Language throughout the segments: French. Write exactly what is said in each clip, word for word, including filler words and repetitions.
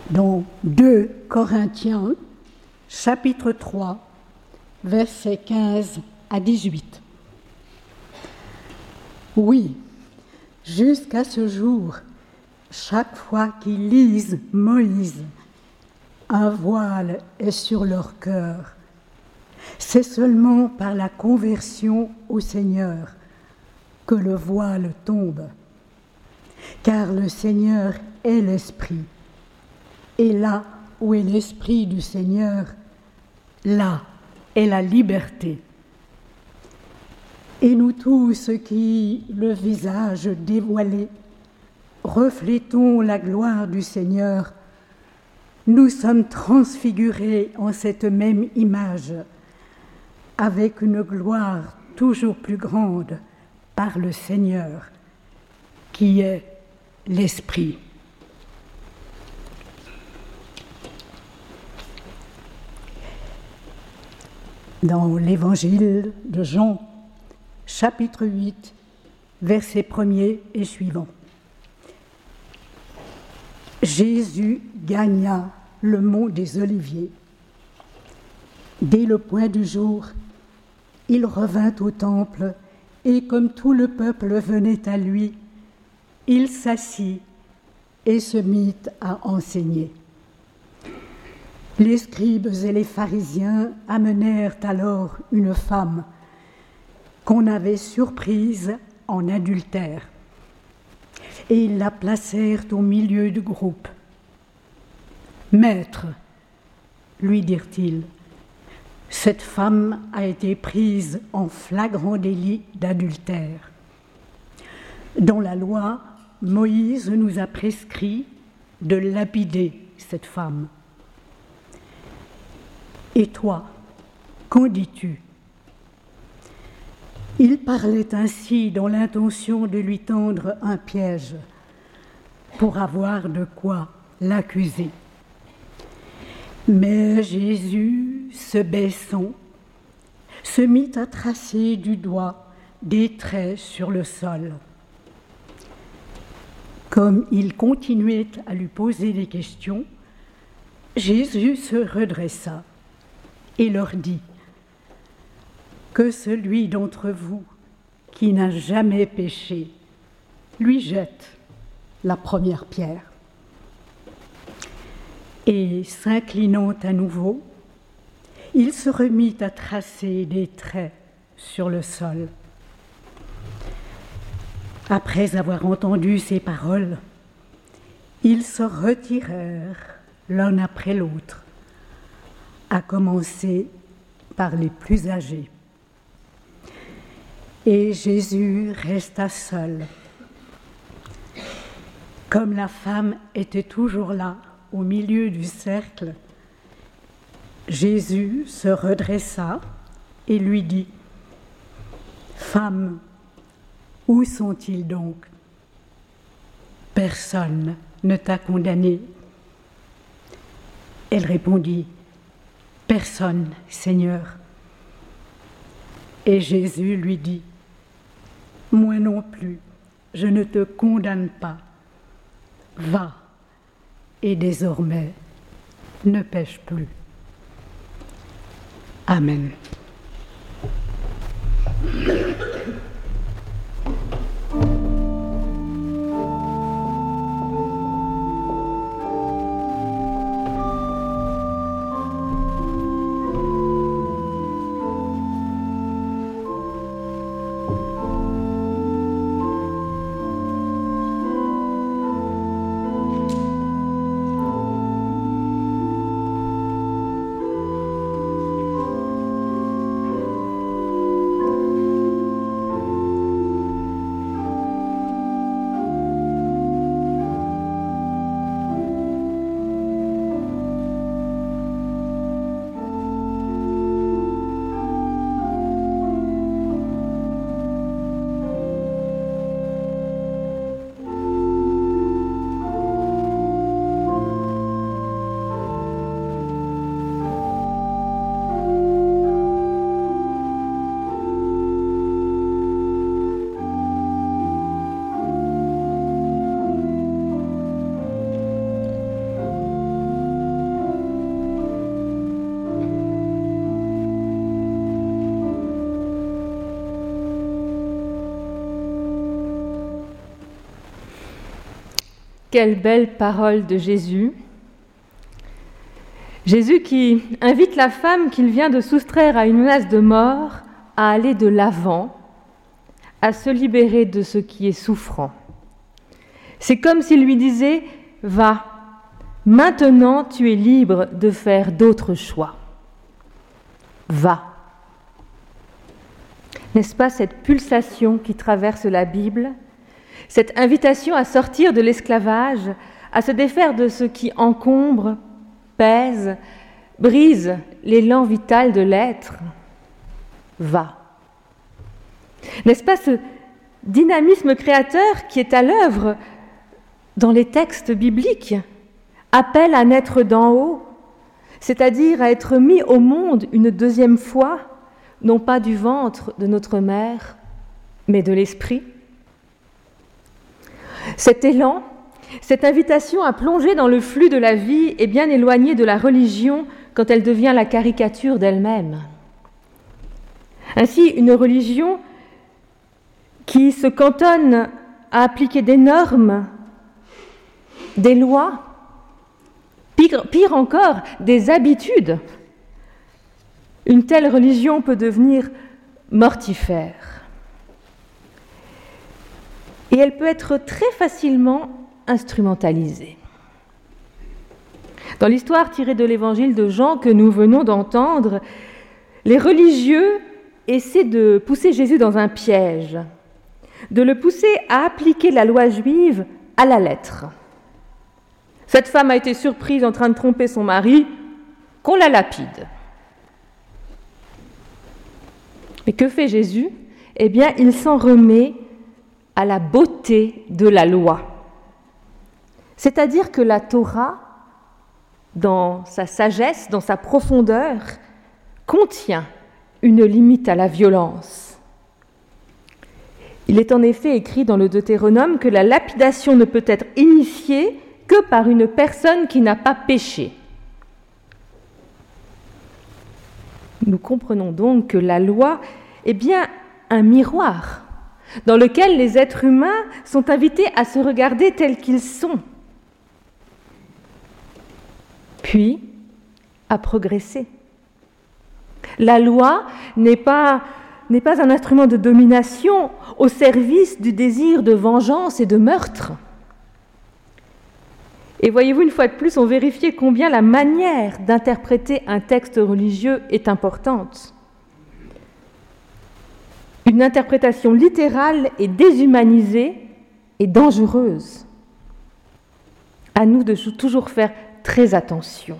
Dans deux Corinthiens, chapitre trois, versets quinze à dix-huit. Oui, jusqu'à ce jour, chaque fois qu'ils lisent Moïse, un voile est sur leur cœur. C'est seulement par la conversion au Seigneur que le voile tombe. Car le Seigneur est l'Esprit. Et là où est l'Esprit du Seigneur, là est la liberté. Et nous tous qui, le visage dévoilé, reflétons la gloire du Seigneur, nous sommes transfigurés en cette même image, avec une gloire toujours plus grande par le Seigneur, qui est l'Esprit. Dans l'Évangile de Jean, chapitre huit, versets premier et suivants. Jésus gagna le mont des Oliviers. Dès le point du jour, il revint au temple et comme tout le peuple venait à lui, il s'assit et se mit à enseigner. Les scribes et les pharisiens amenèrent alors une femme qu'on avait surprise en adultère et ils la placèrent au milieu du groupe. « Maître, lui dirent-ils, cette femme a été prise en flagrant délit d'adultère. Dans la loi, Moïse nous a prescrit de lapider cette femme. Et toi, qu'en dis-tu » Il parlait ainsi dans l'intention de lui tendre un piège pour avoir de quoi l'accuser. Mais Jésus, se baissant, se mit à tracer du doigt des traits sur le sol. Comme il continuait à lui poser des questions, Jésus se redressa et leur dit que celui d'entre vous qui n'a jamais péché lui jette la première pierre. Et s'inclinant à nouveau, il se remit à tracer des traits sur le sol. Après avoir entendu ces paroles, ils se retirèrent l'un après l'autre, à commencer par les plus âgés. Et Jésus resta seul. Comme la femme était toujours là, au milieu du cercle, Jésus se redressa et lui dit : « Femme, où sont-ils donc ? Personne ne t'a condamné. » Elle répondit : « Personne, Seigneur. » Et Jésus lui dit : « Moi non plus, je ne te condamne pas. Va, et désormais, ne pêche plus. » Amen. Quelle belle parole de Jésus. Jésus qui invite la femme qu'il vient de soustraire à une menace de mort à aller de l'avant, à se libérer de ce qui est souffrant. C'est comme s'il lui disait « Va, maintenant tu es libre de faire d'autres choix. Va ». N'est-ce pas cette pulsation qui traverse la Bible, cette invitation à sortir de l'esclavage, à se défaire de ce qui encombre, pèse, brise l'élan vital de l'être? Va. N'est-ce pas ce dynamisme créateur qui est à l'œuvre dans les textes bibliques, appelle à naître d'en haut, c'est-à-dire à être mis au monde une deuxième fois, non pas du ventre de notre mère, mais de l'esprit? Cet élan, cette invitation à plonger dans le flux de la vie est bien éloignée de la religion quand elle devient la caricature d'elle-même. Ainsi, une religion qui se cantonne à appliquer des normes, des lois, pire, pire encore, des habitudes, une telle religion peut devenir mortifère. Et elle peut être très facilement instrumentalisée. Dans l'histoire tirée de l'évangile de Jean que nous venons d'entendre, les religieux essaient de pousser Jésus dans un piège, de le pousser à appliquer la loi juive à la lettre. Cette femme a été surprise en train de tromper son mari, qu'on la lapide. Mais que fait Jésus? Eh bien, il s'en remet à la beauté de la loi. C'est-à-dire que la Torah, dans sa sagesse, dans sa profondeur, contient une limite à la violence. Il est en effet écrit dans le Deutéronome que la lapidation ne peut être initiée que par une personne qui n'a pas péché. Nous comprenons donc que la loi est bien un miroir dans lequel les êtres humains sont invités à se regarder tels qu'ils sont, puis à progresser. La loi n'est pas, n'est pas un instrument de domination au service du désir de vengeance et de meurtre. Et voyez-vous, une fois de plus, on vérifie combien la manière d'interpréter un texte religieux est importante. Une interprétation littérale et déshumanisée est dangereuse. À nous de toujours faire très attention.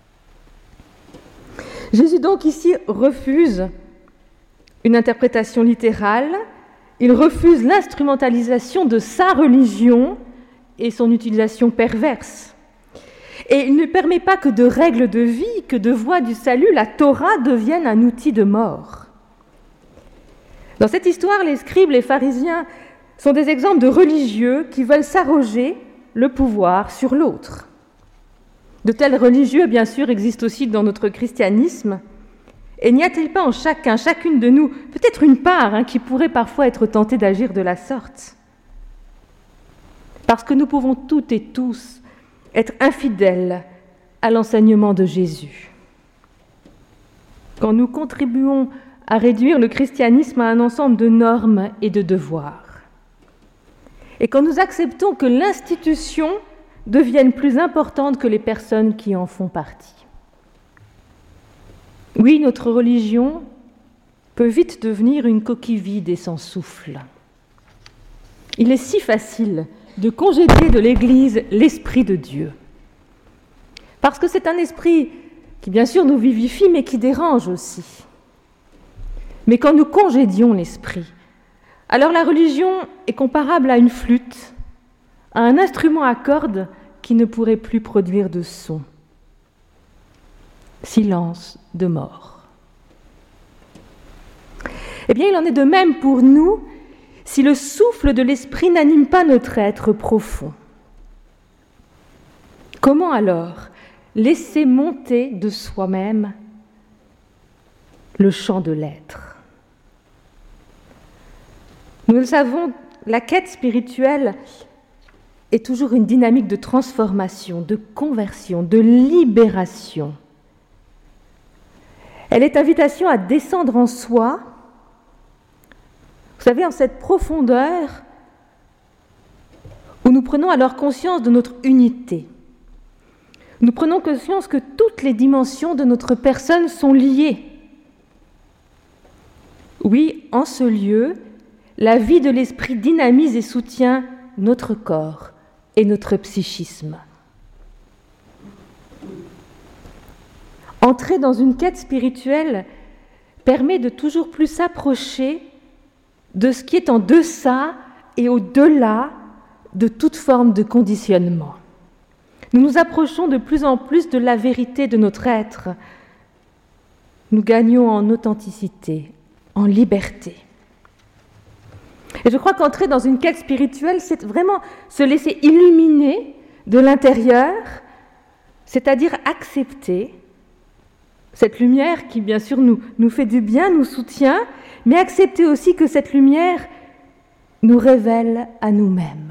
Jésus donc ici refuse une interprétation littérale, il refuse l'instrumentalisation de sa religion et son utilisation perverse. Et il ne permet pas que de règles de vie, que de voies du salut, la Torah devienne un outil de mort. Dans cette histoire, les scribes, les pharisiens sont des exemples de religieux qui veulent s'arroger le pouvoir sur l'autre. De tels religieux, bien sûr, existent aussi dans notre christianisme. Et n'y a-t-il pas en chacun, chacune de nous, peut-être une part hein, qui pourrait parfois être tentée d'agir de la sorte? Parce que nous pouvons toutes et tous être infidèles à l'enseignement de Jésus. Quand nous contribuons à réduire le christianisme à un ensemble de normes et de devoirs, et quand nous acceptons que l'institution devienne plus importante que les personnes qui en font partie. Oui, notre religion peut vite devenir une coquille vide et sans souffle. Il est si facile de congédier de l'Église l'Esprit de Dieu. Parce que c'est un esprit qui, bien sûr, nous vivifie, mais qui dérange aussi. Mais quand nous congédions l'Esprit, alors la religion est comparable à une flûte, à un instrument à cordes qui ne pourrait plus produire de son. Silence de mort. Eh bien, il en est de même pour nous si le souffle de l'Esprit n'anime pas notre être profond. Comment alors laisser monter de soi-même le chant de l'être? Nous le savons, la quête spirituelle est toujours une dynamique de transformation, de conversion, de libération. Elle est invitation à descendre en soi, vous savez, en cette profondeur où nous prenons alors conscience de notre unité. Nous prenons conscience que toutes les dimensions de notre personne sont liées. Oui, en ce lieu, la vie de l'esprit dynamise et soutient notre corps et notre psychisme. Entrer dans une quête spirituelle permet de toujours plus s'approcher de ce qui est en deçà et au-delà de toute forme de conditionnement. Nous nous approchons de plus en plus de la vérité de notre être. Nous gagnons en authenticité, en liberté. Et je crois qu'entrer dans une quête spirituelle, c'est vraiment se laisser illuminer de l'intérieur, c'est-à-dire accepter cette lumière qui, bien sûr, nous, nous fait du bien, nous soutient, mais accepter aussi que cette lumière nous révèle à nous-mêmes.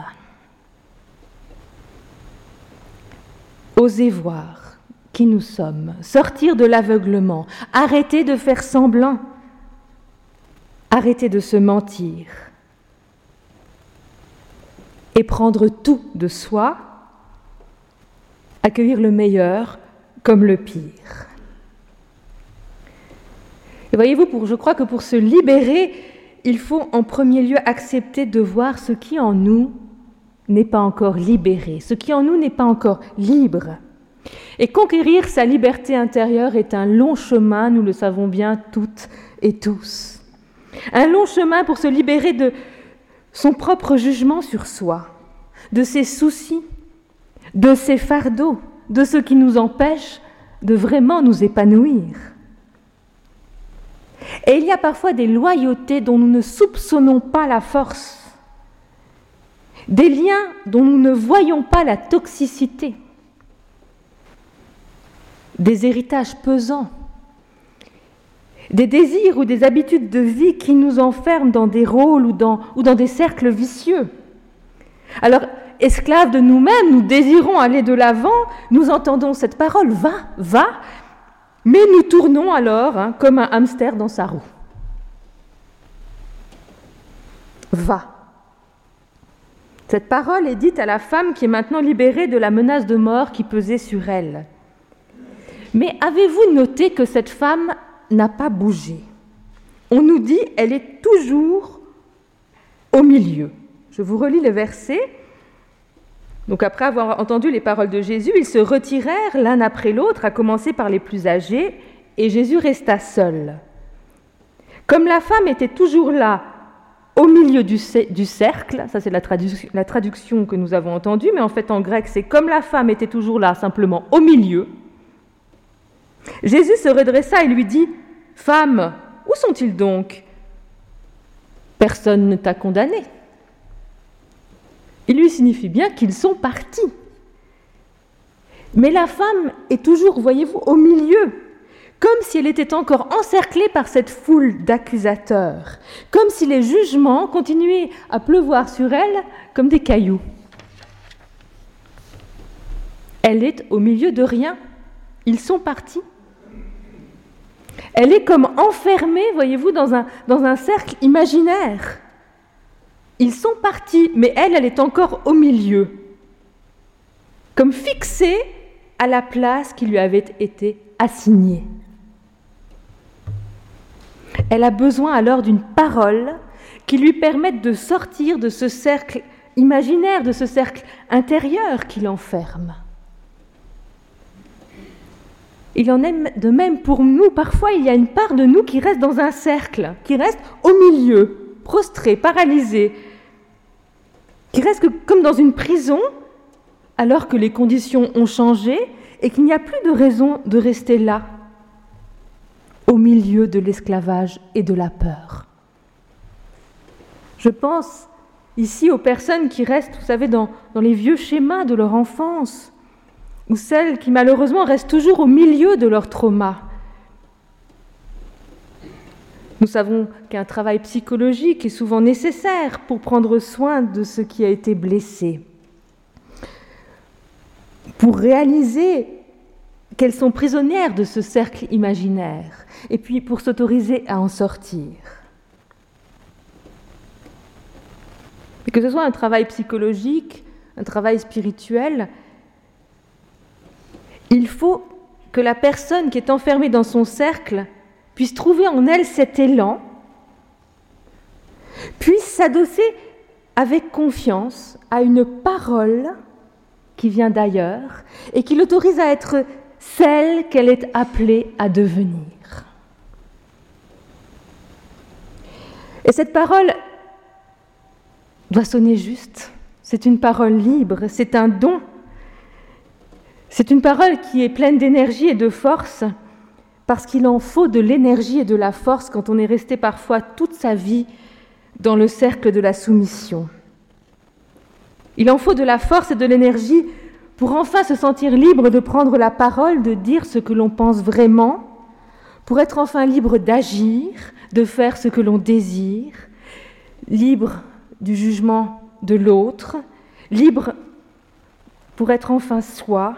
Oser voir qui nous sommes, sortir de l'aveuglement, arrêter de faire semblant, arrêter de se mentir et prendre tout de soi, accueillir le meilleur comme le pire. Et voyez-vous, pour, je crois que pour se libérer, il faut en premier lieu accepter de voir ce qui en nous n'est pas encore libéré, ce qui en nous n'est pas encore libre. Et conquérir sa liberté intérieure est un long chemin, nous le savons bien toutes et tous. Un long chemin pour se libérer de son propre jugement sur soi, de ses soucis, de ses fardeaux, de ce qui nous empêche de vraiment nous épanouir. Et il y a parfois des loyautés dont nous ne soupçonnons pas la force, des liens dont nous ne voyons pas la toxicité, des héritages pesants, des désirs ou des habitudes de vie qui nous enferment dans des rôles ou dans, ou dans des cercles vicieux. Alors, esclaves de nous-mêmes, nous désirons aller de l'avant, nous entendons cette parole, va, va, mais nous tournons alors hein, comme un hamster dans sa roue. Va. Cette parole est dite à la femme qui est maintenant libérée de la menace de mort qui pesait sur elle. Mais avez-vous noté que cette femme n'a pas bougé? On nous dit qu'elle est toujours au milieu. Je vous relis le verset. Donc après avoir entendu les paroles de Jésus, ils se retirèrent l'un après l'autre, à commencer par les plus âgés, et Jésus resta seul. Comme la femme était toujours là, au milieu du, du cercle, ça c'est la, tradu- la traduction que nous avons entendue, mais en fait en grec c'est comme la femme était toujours là, simplement au milieu. Jésus se redressa et lui dit « Femme, où sont-ils donc ? Personne ne t'a condamné. » Il lui signifie bien qu'ils sont partis. Mais la femme est toujours, voyez-vous, au milieu, comme si elle était encore encerclée par cette foule d'accusateurs, comme si les jugements continuaient à pleuvoir sur elle comme des cailloux. Elle est au milieu de rien. Ils sont partis. Elle est comme enfermée, voyez-vous, dans un, dans un cercle imaginaire. Ils sont partis, mais elle, elle est encore au milieu, comme fixée à la place qui lui avait été assignée. Elle a besoin alors d'une parole qui lui permette de sortir de ce cercle imaginaire, de ce cercle intérieur qui l'enferme. Il en est de même pour nous. Parfois, il y a une part de nous qui reste dans un cercle, qui reste au milieu, prostrée, paralysée, qui reste que, comme dans une prison, alors que les conditions ont changé et qu'il n'y a plus de raison de rester là, au milieu de l'esclavage et de la peur. Je pense ici aux personnes qui restent, vous savez, dans, dans les vieux schémas de leur enfance, ou celles qui malheureusement restent toujours au milieu de leur trauma. Nous savons qu'un travail psychologique est souvent nécessaire pour prendre soin de ce qui a été blessé. pour réaliser qu'elles sont prisonnières de ce cercle imaginaire, et puis pour s'autoriser à en sortir. Et que ce soit un travail psychologique, un travail spirituel, il faut que la personne qui est enfermée dans son cercle puisse trouver en elle cet élan, puisse s'adosser avec confiance à une parole qui vient d'ailleurs et qui l'autorise à être celle qu'elle est appelée à devenir. Et cette parole doit sonner juste. C'est une parole libre, c'est un don. C'est une parole qui est pleine d'énergie et de force, parce qu'il en faut de l'énergie et de la force quand on est resté parfois toute sa vie dans le cercle de la soumission. Il en faut de la force et de l'énergie pour enfin se sentir libre de prendre la parole, de dire ce que l'on pense vraiment, pour être enfin libre d'agir, de faire ce que l'on désire, libre du jugement de l'autre, libre pour être enfin soi,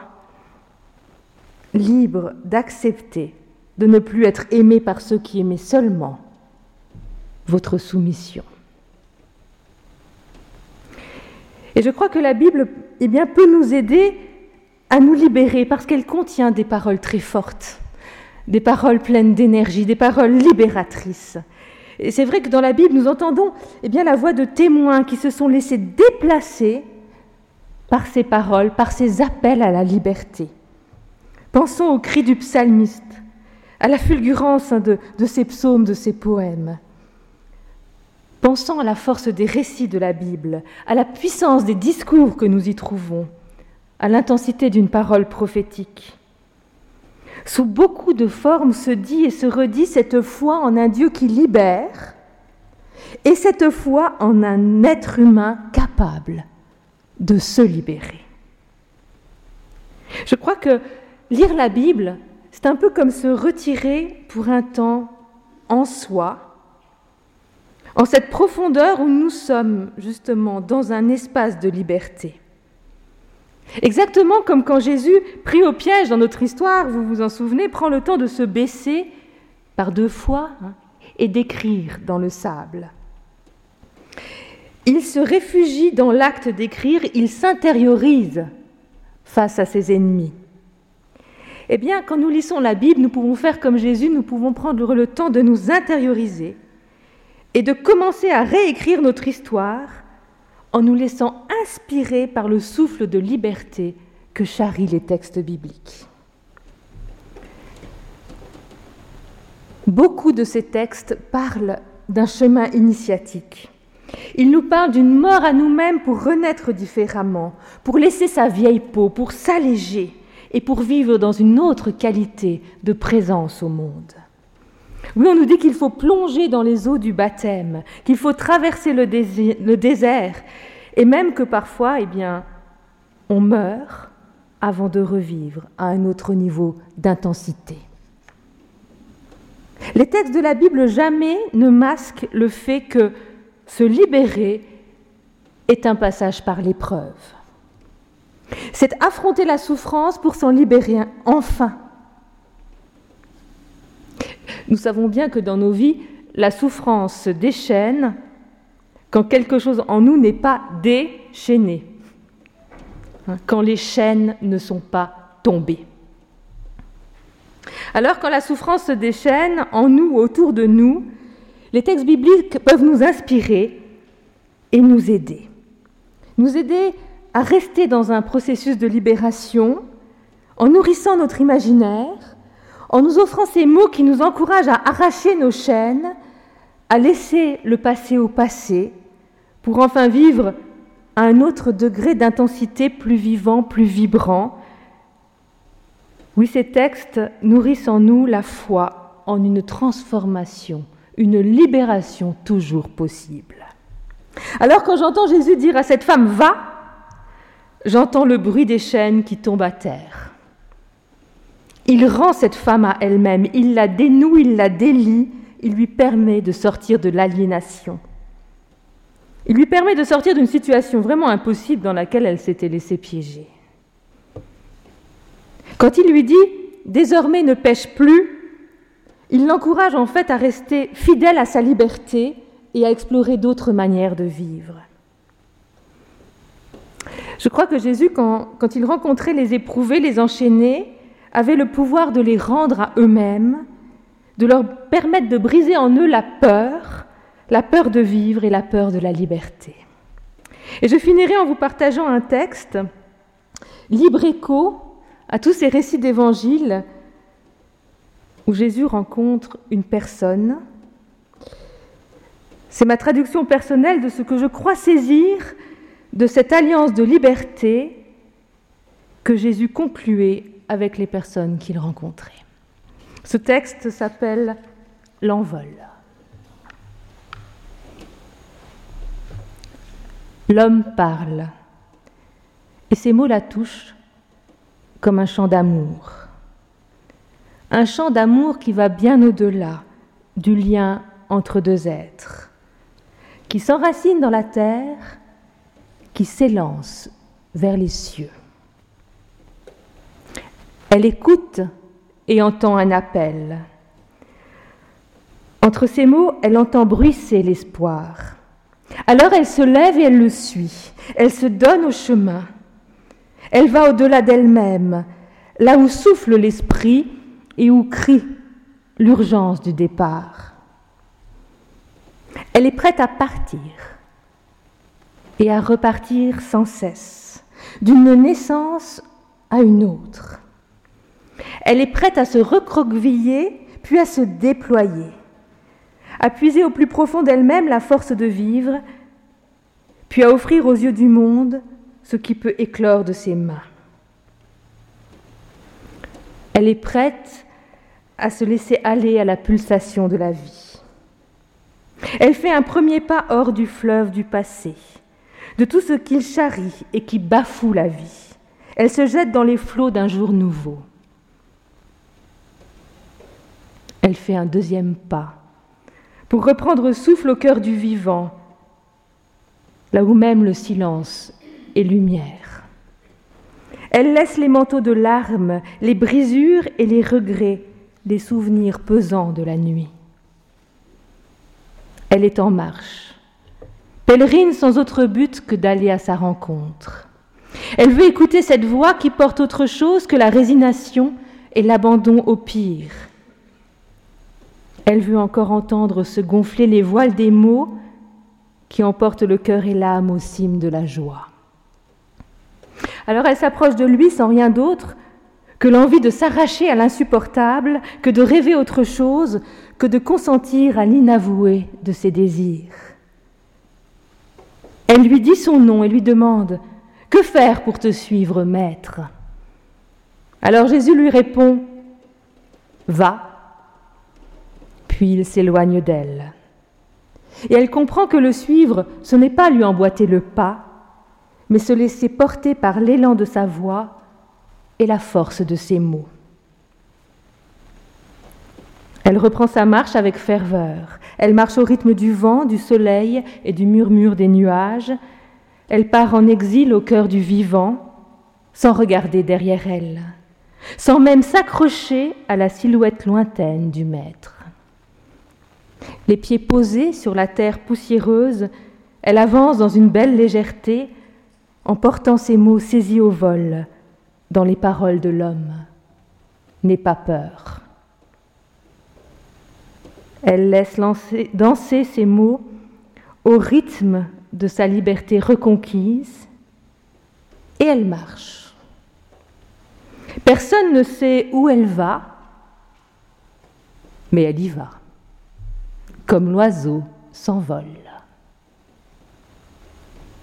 libre d'accepter de ne plus être aimé par ceux qui aimaient seulement votre soumission. Et je crois que la Bible eh bien, peut nous aider à nous libérer parce qu'elle contient des paroles très fortes, des paroles pleines d'énergie, des paroles libératrices. Et c'est vrai que dans la Bible, nous entendons eh bien, la voix de témoins qui se sont laissés déplacer par ces paroles, par ces appels à la liberté. Pensons au cri du psalmiste, à la fulgurance de, de ces psaumes, de ces poèmes. Pensons à la force des récits de la Bible, à la puissance des discours que nous y trouvons, à l'intensité d'une parole prophétique. Sous beaucoup de formes se dit et se redit cette foi en un Dieu qui libère et cette foi en un être humain capable de se libérer. Je crois que lire la Bible, c'est un peu comme se retirer pour un temps en soi, en cette profondeur où nous sommes justement dans un espace de liberté. Exactement comme quand Jésus, pris au piège dans notre histoire, vous vous en souvenez, prend le temps de se baisser par deux fois hein, et d'écrire dans le sable. Il se réfugie dans l'acte d'écrire, il s'intériorise face à ses ennemis. Eh bien, quand nous lisons la Bible, nous pouvons faire comme Jésus, nous pouvons prendre le temps de nous intérioriser et de commencer à réécrire notre histoire en nous laissant inspirer par le souffle de liberté que charrient les textes bibliques. Beaucoup de ces textes parlent d'un chemin initiatique. Ils nous parlent d'une mort à nous-mêmes pour renaître différemment, pour laisser sa vieille peau, pour s'alléger et pour vivre dans une autre qualité de présence au monde. Oui, on nous dit qu'il faut plonger dans les eaux du baptême, qu'il faut traverser le désert, le désert et même que parfois, eh bien, on meurt avant de revivre à un autre niveau d'intensité. Les textes de la Bible jamais ne masquent le fait que se libérer est un passage par l'épreuve. C'est affronter la souffrance pour s'en libérer enfin. Nous savons bien que dans nos vies, la souffrance se déchaîne quand quelque chose en nous n'est pas déchaîné, quand les chaînes ne sont pas tombées. Alors quand la souffrance se déchaîne en nous, autour de nous, les textes bibliques peuvent nous inspirer et nous aider. Nous aider à rester dans un processus de libération en nourrissant notre imaginaire, en nous offrant ces mots qui nous encouragent à arracher nos chaînes, à laisser le passé au passé, pour enfin vivre à un autre degré d'intensité plus vivant, plus vibrant. Oui, ces textes nourrissent en nous la foi en une transformation, une libération toujours possible. Alors quand j'entends Jésus dire à cette femme « Va », j'entends le bruit des chaînes qui tombent à terre. Il rend cette femme à elle-même, il la dénoue, il la délie, il lui permet de sortir de l'aliénation. Il lui permet de sortir d'une situation vraiment impossible dans laquelle elle s'était laissée piéger. Quand il lui dit « désormais ne pêche plus », il l'encourage en fait à rester fidèle à sa liberté et à explorer d'autres manières de vivre. Je crois que Jésus, quand, quand il rencontrait les éprouvés, les enchaînés, avait le pouvoir de les rendre à eux-mêmes, de leur permettre de briser en eux la peur, la peur de vivre et la peur de la liberté. Et je finirai en vous partageant un texte, libre écho à tous ces récits d'évangile où Jésus rencontre une personne. C'est ma traduction personnelle de ce que je crois saisir de cette alliance de liberté que Jésus concluait avec les personnes qu'il rencontrait. Ce texte s'appelle « L'envol ». L'homme parle, et ces mots la touchent comme un chant d'amour. Un chant d'amour qui va bien au-delà du lien entre deux êtres, qui s'enracine dans la terre, qui s'élance vers les cieux. Elle écoute et entend un appel. Entre ces mots, elle entend bruisser l'espoir. Alors elle se lève et elle le suit. Elle se donne au chemin. Elle va au-delà d'elle-même, là où souffle l'esprit et où crie l'urgence du départ. Elle est prête à partir et à repartir sans cesse, d'une naissance à une autre. Elle est prête à se recroqueviller, puis à se déployer, à puiser au plus profond d'elle-même la force de vivre, puis à offrir aux yeux du monde ce qui peut éclore de ses mains. Elle est prête à se laisser aller à la pulsation de la vie. Elle fait un premier pas hors du fleuve du passé, de tout ce qu'il charrie et qui bafoue la vie. Elle se jette dans les flots d'un jour nouveau. Elle fait un deuxième pas pour reprendre souffle au cœur du vivant, là où même le silence est lumière. Elle laisse les manteaux de larmes, les brisures et les regrets, les souvenirs pesants de la nuit. Elle est en marche, pèlerine sans autre but que d'aller à sa rencontre. Elle veut écouter cette voix qui porte autre chose que la résignation et l'abandon au pire. Elle veut encore entendre se gonfler les voiles des mots qui emportent le cœur et l'âme aux cimes de la joie. Alors elle s'approche de lui sans rien d'autre que l'envie de s'arracher à l'insupportable, que de rêver autre chose, que de consentir à l'inavoué de ses désirs. Elle lui dit son nom et lui demande « Que faire pour te suivre, maître ?» Alors Jésus lui répond « Va ». Puis il s'éloigne d'elle. Et elle comprend que le suivre, ce n'est pas lui emboîter le pas, mais se laisser porter par l'élan de sa voix et la force de ses mots. Elle reprend sa marche avec ferveur. Elle marche au rythme du vent, du soleil et du murmure des nuages. Elle part en exil au cœur du vivant, sans regarder derrière elle, sans même s'accrocher à la silhouette lointaine du maître. Les pieds posés sur la terre poussiéreuse, elle avance dans une belle légèreté, en portant ses mots saisis au vol dans les paroles de l'homme. N'aie pas peur. Elle laisse lancer, danser ses mots au rythme de sa liberté reconquise et elle marche. Personne ne sait où elle va, mais elle y va, comme l'oiseau s'envole.